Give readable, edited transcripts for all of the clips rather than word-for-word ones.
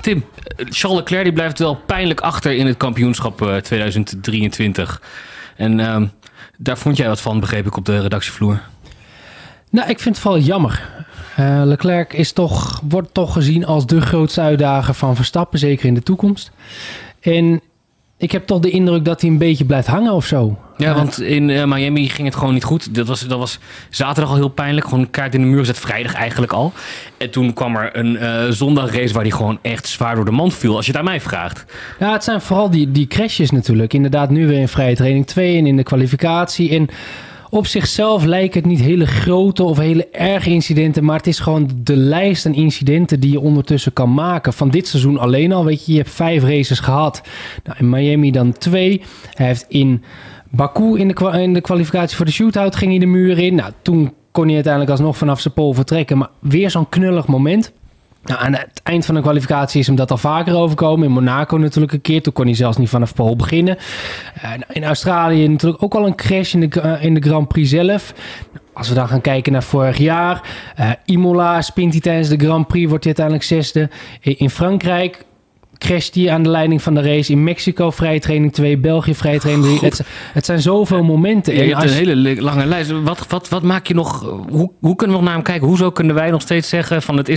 Tim, Charles Leclerc die blijft wel pijnlijk achter in het kampioenschap 2023. En daar vond jij wat van, begreep ik, op de redactievloer. Nou, ik vind het vooral jammer. Leclerc wordt toch gezien als de grootste uitdager van Verstappen, zeker in de toekomst. En ik heb toch de indruk dat hij een beetje blijft hangen of zo. Ja, want in Miami ging het gewoon niet goed. Dat was zaterdag al heel pijnlijk. Gewoon een kaart in de muur gezet, vrijdag eigenlijk al. En toen kwam er een zondagrace waar hij gewoon echt zwaar door de mand viel. Als je het aan mij vraagt. Ja, het zijn vooral die crashes natuurlijk. Inderdaad, nu weer in vrije training 2 en in de kwalificatie. En op zichzelf lijken het niet hele grote of hele erge incidenten, maar het is gewoon de lijst aan incidenten die je ondertussen kan maken. Van dit seizoen alleen al, weet je hebt 5 races gehad. Nou, in Miami dan 2. Hij heeft in Baku in de kwalificatie voor de shootout ging hij de muur in. Nou, toen kon hij uiteindelijk alsnog vanaf zijn pole vertrekken, maar weer zo'n knullig moment. Nou, aan het eind van de kwalificatie is hem dat al vaker overkomen. In Monaco natuurlijk een keer. Toen kon hij zelfs niet vanaf pole beginnen. In Australië natuurlijk ook al een crash in de Grand Prix zelf. Als we dan gaan kijken naar vorig jaar. Imola spint hij tijdens de Grand Prix. Wordt hij uiteindelijk 6e. In Frankrijk crasht hij aan de leiding van de race. In Mexico vrije training 2. België vrije training 3. Het zijn zoveel momenten. Ja, je hebt een hele lange lijst. Wat maak je nog? Hoe kunnen we nog naar hem kijken? Hoezo kunnen wij nog steeds zeggen van het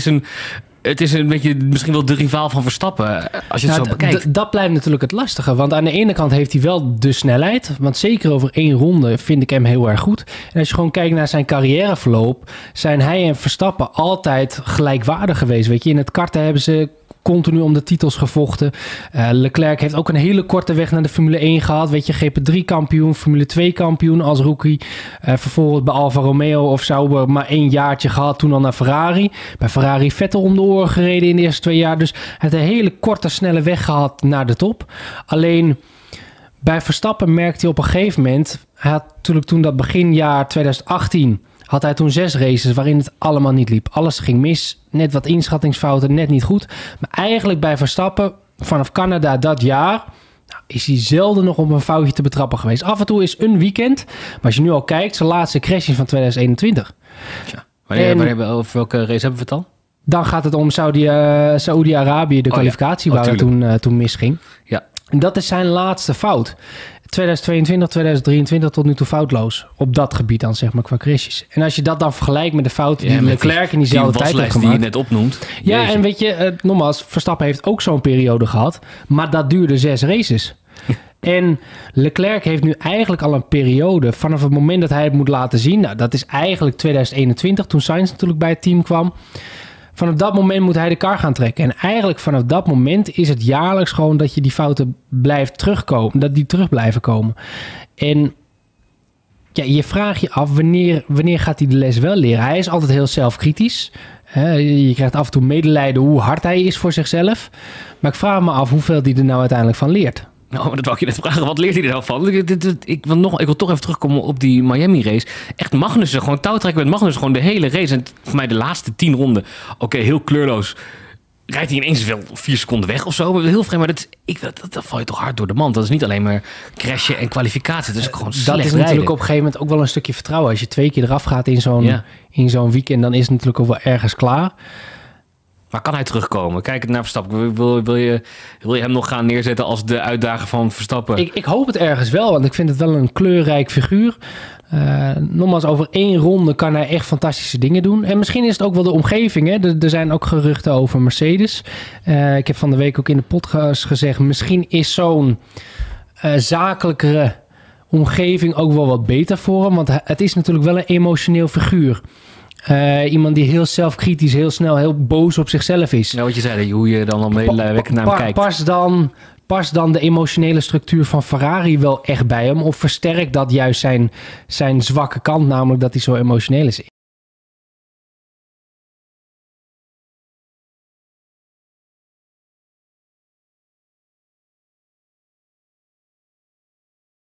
is een beetje misschien wel de rivaal van Verstappen, als je het zo bekijkt. Dat blijft natuurlijk het lastige. Want aan de ene kant heeft hij wel de snelheid. Want zeker over 1 ronde vind ik hem heel erg goed. En als je gewoon kijkt naar zijn carrièreverloop, zijn hij en Verstappen altijd gelijkwaardig geweest. Weet je, in het karten hebben ze continu om de titels gevochten. Leclerc heeft ook een hele korte weg naar de Formule 1 gehad. Weet je, GP3 kampioen, Formule 2 kampioen als rookie. Vervolgens bij Alfa Romeo of Sauber maar 1 jaartje gehad. Toen al naar Ferrari. Bij Ferrari Vettel om de oren gereden in de eerste 2 jaar. Dus hij heeft een hele korte, snelle weg gehad naar de top. Alleen bij Verstappen merkte hij op een gegeven moment. Hij had natuurlijk toen dat beginjaar 2018... had hij toen 6 races waarin het allemaal niet liep. Alles ging mis, net wat inschattingsfouten, net niet goed. Maar eigenlijk bij Verstappen, vanaf Canada dat jaar, is hij zelden nog op een foutje te betrappen geweest. Af en toe is een weekend, maar als je nu al kijkt, zijn laatste crash is van 2021. Ja, over welke race hebben we het dan? Dan gaat het om Saoedi-Arabië, de kwalificatie waar het toen misging. Ja. En dat is zijn laatste fout. 2022, 2023 tot nu toe foutloos. Op dat gebied dan, zeg maar, qua crashes. En als je dat dan vergelijkt met de fouten die Leclerc in diezelfde tijd heeft gemaakt. Die je net opnoemt. Ja, jeetje. En weet je, nogmaals, Verstappen heeft ook zo'n periode gehad. Maar dat duurde 6 races. En Leclerc heeft nu eigenlijk al een periode vanaf het moment dat hij het moet laten zien. Nou, dat is eigenlijk 2021, toen Sainz natuurlijk bij het team kwam. Vanaf dat moment moet hij de kar gaan trekken. En eigenlijk vanaf dat moment is het jaarlijks gewoon dat je die fouten blijft terugkomen. Dat die terug blijven komen. En ja, je vraagt je af, wanneer gaat hij de les wel leren? Hij is altijd heel zelfkritisch. Je krijgt af en toe medelijden hoe hard hij is voor zichzelf. Maar ik vraag me af hoeveel hij er nou uiteindelijk van leert. Nou, dat wou ik je net vragen. Wat leert hij er nou van? Ik wil toch even terugkomen op die Miami-race. Echt Magnussen, gewoon touwtrekken met Magnussen. Gewoon de hele race. En voor mij de laatste 10 ronden. Oké, heel kleurloos. Rijdt hij ineens wel 4 seconden weg of zo. Heel vreemd, maar dat val je toch hard door de mand. Dat is niet alleen maar crashen en kwalificatie. Dat is ook gewoon slecht Dat is rijden. natuurlijk op een gegeven moment ook wel een stukje vertrouwen. Als je 2 keer eraf gaat in zo'n weekend, dan is het natuurlijk ook wel ergens klaar. Maar kan hij terugkomen? Kijk naar Verstappen. Wil je hem nog gaan neerzetten als de uitdager van Verstappen? Ik hoop het ergens wel, want ik vind het wel een kleurrijk figuur. Nogmaals, over 1 ronde kan hij echt fantastische dingen doen. En misschien is het ook wel de omgeving. Hè? Er zijn ook geruchten over Mercedes. Ik heb van de week ook in de podcast gezegd, misschien is zo'n zakelijkere omgeving ook wel wat beter voor hem. Want het is natuurlijk wel een emotioneel figuur. Iemand die heel zelfkritisch, heel snel, heel boos op zichzelf is. Ja, wat je zei, hoe je dan al medelijden naar hem kijkt. Past dan de emotionele structuur van Ferrari wel echt bij hem? Of versterkt dat juist zijn zwakke kant, namelijk dat hij zo emotioneel is?